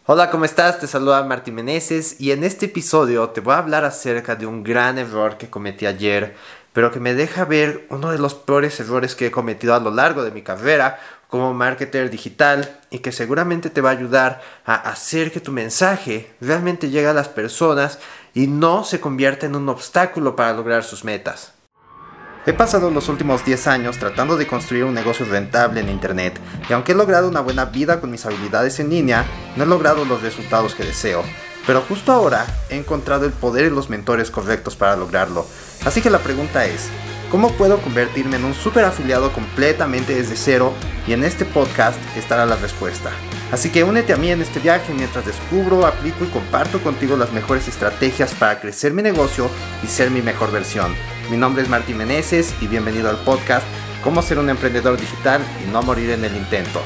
Hola, ¿cómo estás? Te saluda Martín Meneses y en este episodio te voy a hablar acerca de un gran error que cometí ayer, pero que me deja ver uno de los peores errores que he cometido a lo largo de mi carrera como marketer digital y que seguramente te va a ayudar a hacer que tu mensaje realmente llegue a las personas y no se convierta en un obstáculo para lograr sus metas. He pasado los últimos 10 años tratando de construir un negocio rentable en Internet, y aunque he logrado una buena vida con mis habilidades en línea, no he logrado los resultados que deseo. Pero justo ahora he encontrado el poder y los mentores correctos para lograrlo. Así que la pregunta es, ¿cómo puedo convertirme en un super afiliado completamente desde cero? Y en este podcast estará la respuesta. Así que únete a mí en este viaje mientras descubro, aplico y comparto contigo las mejores estrategias para crecer mi negocio y ser mi mejor versión. Mi nombre es Martín Meneses y bienvenido al podcast Cómo ser un emprendedor digital y no morir en el intento.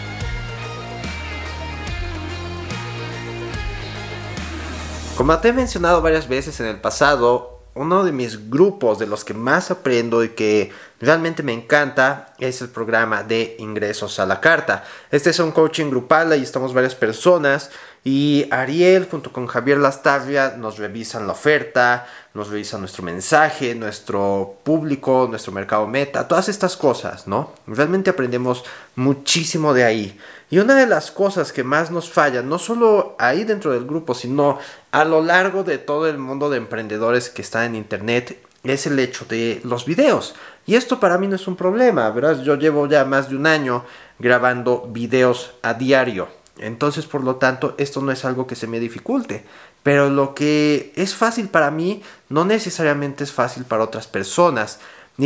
Como te he mencionado varias veces en el pasado, uno de mis grupos de los que más aprendo y que realmente me encanta es el programa de Ingresos a la Carta. Este es un coaching grupal, ahí estamos varias personas y Ariel junto con Javier Lastarria nos revisan la oferta, nos revisan nuestro mensaje, nuestro público, nuestro mercado meta, todas estas cosas, ¿no? Realmente aprendemos muchísimo de ahí. Y una de las cosas que más nos falla, no solo ahí dentro del grupo, sino a lo largo de todo el mundo de emprendedores que está en internet, es el hecho de los videos. Y esto para mí no es un problema, ¿verdad? Yo llevo ya más de un año grabando videos a diario. Entonces, por lo tanto, esto no es algo que se me dificulte. Pero lo que es fácil para mí, no necesariamente es fácil para otras personas.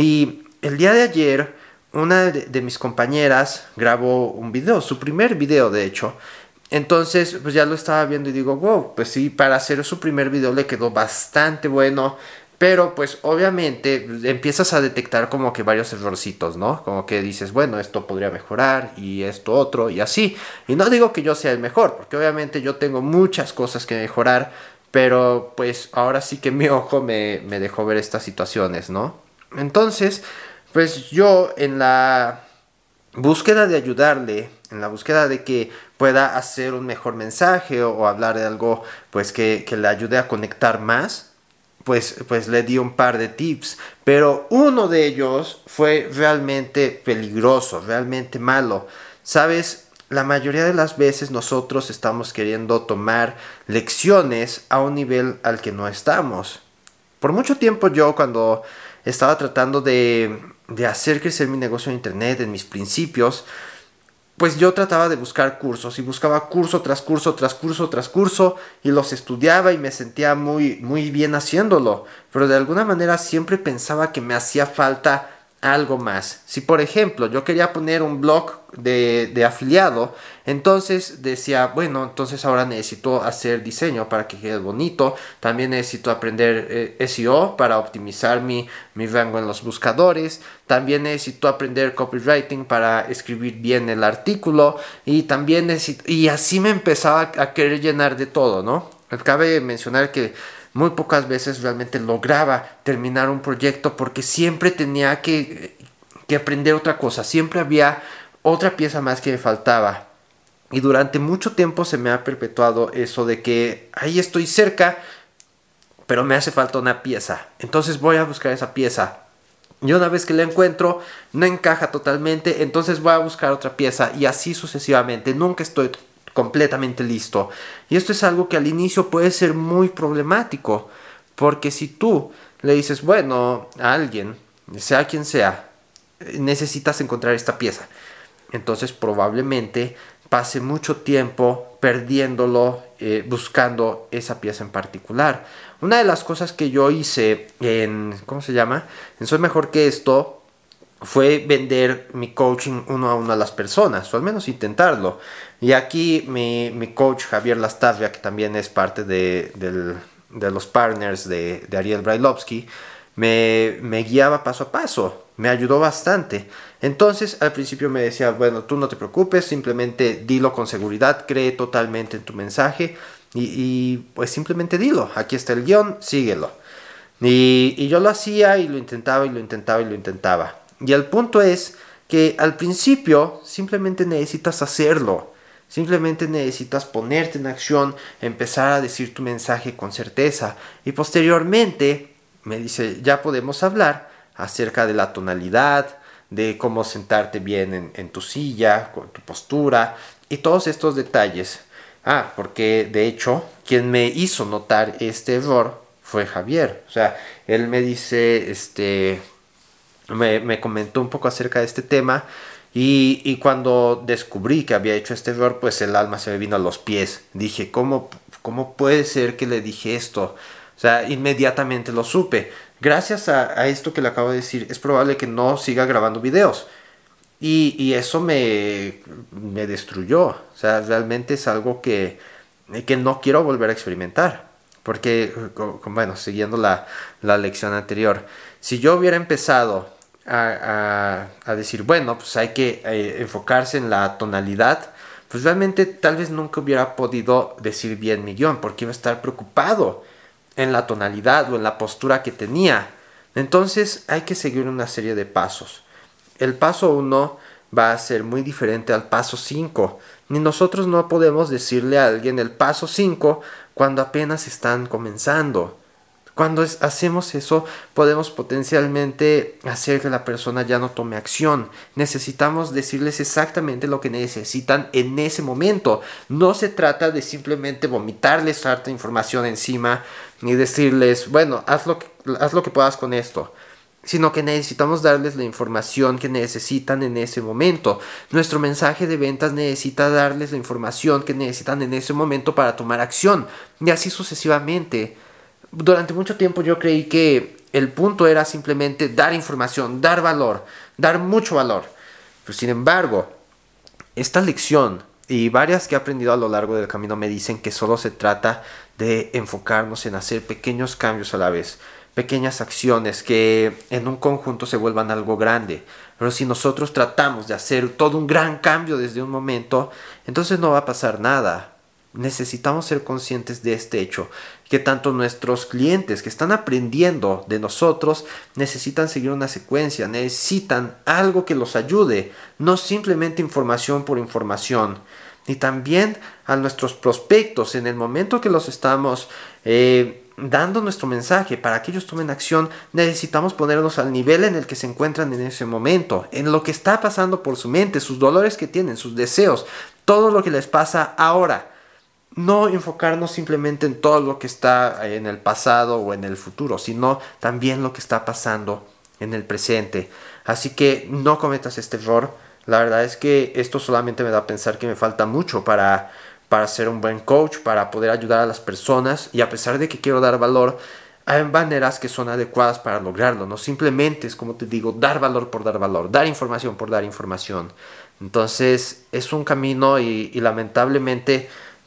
Y el día de ayer, una de mis compañeras grabó un video, su primer video de hecho. Entonces, pues ya lo estaba viendo y digo, wow, pues sí, para hacer su primer video le quedó bastante bueno. Pero pues obviamente empiezas a detectar como que varios errorcitos, ¿no? Como que dices, bueno, esto podría mejorar y esto otro y así. Y no digo que yo sea el mejor, porque obviamente yo tengo muchas cosas que mejorar, pero pues ahora sí que mi ojo me dejó ver estas situaciones, ¿no? Entonces, pues yo en la búsqueda de ayudarle, en la búsqueda de que pueda hacer un mejor mensaje o hablar de algo pues que le ayude a conectar más, pues le di un par de tips, pero uno de ellos fue realmente peligroso, realmente malo. Sabes, la mayoría de las veces nosotros estamos queriendo tomar lecciones a un nivel al que no estamos. Por mucho tiempo yo cuando estaba tratando de hacer crecer mi negocio en internet, en mis principios, pues yo trataba de buscar cursos y buscaba curso tras curso, tras curso, tras curso y los estudiaba y me sentía muy bien haciéndolo. Pero de alguna manera siempre pensaba que me hacía falta algo más. Si por ejemplo yo quería poner un blog de afiliado, entonces decía, bueno, entonces ahora necesito hacer diseño para que quede bonito, también necesito aprender SEO para optimizar mi rango en los buscadores, también necesito aprender copywriting para escribir bien el artículo y también necesito, y así me empezaba a querer llenar de todo, ¿no? Cabe mencionar que muy pocas veces realmente lograba terminar un proyecto porque siempre tenía que aprender otra cosa, siempre había otra pieza más que me faltaba. Y durante mucho tiempo se me ha perpetuado eso de que ahí estoy cerca, pero me hace falta una pieza. Entonces voy a buscar esa pieza. Y una vez que la encuentro, no encaja totalmente, entonces voy a buscar otra pieza y así sucesivamente. Nunca estoy completamente listo. Y esto es algo que al inicio puede ser muy problemático, porque si tú le dices, bueno, a alguien, sea quien sea, necesitas encontrar esta pieza, entonces probablemente pase mucho tiempo perdiéndolo, buscando esa pieza en particular. Una de las cosas que yo hice en, ¿cómo se llama? En Soy Mejor que Esto, fue vender mi coaching uno a uno a las personas, o al menos intentarlo. Y aquí mi coach Javier Lastarria, que también es parte de los partners de Ariel Brailovsky, me guiaba paso a paso, me ayudó bastante. Entonces al principio me decía, bueno, tú no te preocupes, simplemente dilo con seguridad, cree totalmente en tu mensaje y pues simplemente dilo, aquí está el guión, síguelo. Y yo lo hacía y lo intentaba y lo intentaba y lo intentaba. Y el punto es que al principio simplemente necesitas hacerlo. Simplemente necesitas ponerte en acción, empezar a decir tu mensaje con certeza. Y posteriormente me dice, ya podemos hablar acerca de la tonalidad, de cómo sentarte bien en tu silla, con tu postura y todos estos detalles. Porque de hecho, quien me hizo notar este error fue Javier. O sea, él me dice, me comentó un poco acerca de este tema y cuando descubrí que había hecho este error, pues el alma se me vino a los pies. Dije, ¿cómo puede ser que le dije esto? O sea, inmediatamente lo supe. Gracias a esto que le acabo de decir, es probable que no siga grabando videos. Y eso me destruyó. O sea, realmente es algo que no quiero volver a experimentar. Porque, bueno, siguiendo la lección anterior, si yo hubiera empezado a decir, bueno, pues hay que enfocarse en la tonalidad, pues realmente tal vez nunca hubiera podido decir bien mi guión, porque iba a estar preocupado en la tonalidad o en la postura que tenía. Entonces hay que seguir una serie de pasos. El paso 1 va a ser muy diferente al paso 5. Ni nosotros no podemos decirle a alguien el paso 5 cuando apenas están comenzando. Cuando hacemos eso, podemos potencialmente hacer que la persona ya no tome acción. Necesitamos decirles exactamente lo que necesitan en ese momento. No se trata de simplemente vomitarles harta información encima ni decirles, bueno, haz lo que puedas con esto, sino que necesitamos darles la información que necesitan en ese momento. Nuestro mensaje de ventas necesita darles la información que necesitan en ese momento para tomar acción, y así sucesivamente. Durante mucho tiempo yo creí que el punto era simplemente dar información, dar valor, dar mucho valor. Pero sin embargo, esta lección y varias que he aprendido a lo largo del camino me dicen que solo se trata de enfocarnos en hacer pequeños cambios a la vez, pequeñas acciones que en un conjunto se vuelvan algo grande. Pero si nosotros tratamos de hacer todo un gran cambio desde un momento, entonces no va a pasar nada. Necesitamos ser conscientes de este hecho, que tanto nuestros clientes que están aprendiendo de nosotros necesitan seguir una secuencia, necesitan algo que los ayude, no simplemente información por información. Y también a nuestros prospectos, en el momento que los estamos dando nuestro mensaje para que ellos tomen acción, necesitamos ponernos al nivel en el que se encuentran en ese momento, en lo que está pasando por su mente, sus dolores que tienen, sus deseos, todo lo que les pasa ahora. No enfocarnos simplemente en todo lo que está en el pasado o en el futuro, sino también lo que está pasando en el presente. Así que no cometas este error. La verdad es que esto solamente me da a pensar que me falta mucho para ser un buen coach, para poder ayudar a las personas. Y a pesar de que quiero dar valor, hay maneras que son adecuadas para lograrlo. No simplemente es, como te digo, dar valor por dar valor, dar información por dar información. Entonces es un camino y lamentablemente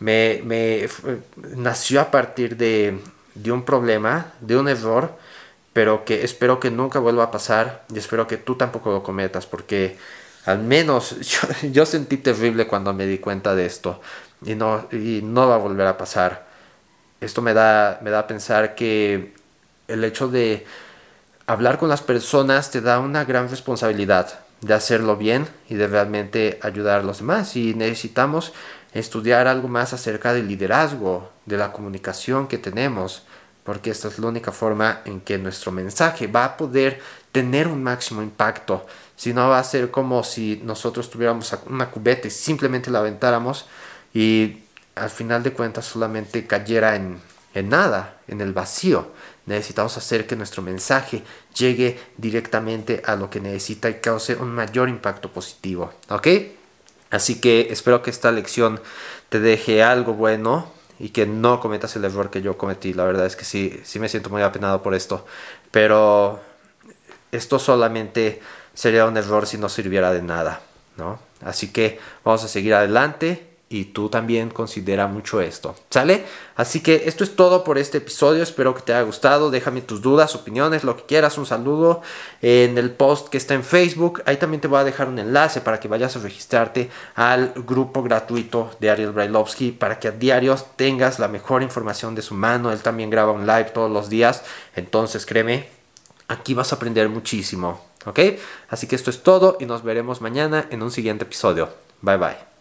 nació a partir de un problema, de un error, pero que espero que nunca vuelva a pasar y espero que tú tampoco lo cometas, porque al menos yo sentí terrible cuando me di cuenta de esto y no va a volver a pasar. Esto me da a pensar que el hecho de hablar con las personas te da una gran responsabilidad de hacerlo bien y de realmente ayudar a los demás, y necesitamos estudiar algo más acerca del liderazgo, de la comunicación que tenemos, porque esta es la única forma en que nuestro mensaje va a poder tener un máximo impacto. Si no, va a ser como si nosotros tuviéramos una cubeta y simplemente la aventáramos y al final de cuentas solamente cayera en nada, en el vacío. Necesitamos hacer que nuestro mensaje llegue directamente a lo que necesita y cause un mayor impacto positivo, ¿ok? Así que espero que esta lección te deje algo bueno y que no cometas el error que yo cometí. La verdad es que sí me siento muy apenado por esto, pero esto solamente sería un error si no sirviera de nada, ¿no? Así que vamos a seguir adelante y tú también considera mucho esto, ¿sale? Así que esto es todo por este episodio, espero que te haya gustado. Déjame tus dudas, opiniones, lo que quieras, un saludo en el post que está en Facebook. Ahí también te voy a dejar un enlace para que vayas a registrarte al grupo gratuito de Ariel Brailovsky, para que a diario tengas la mejor información de su mano. Él también graba un live todos los días, entonces créeme, aquí vas a aprender muchísimo, ¿ok? Así que esto es todo y nos veremos mañana en un siguiente episodio. Bye bye.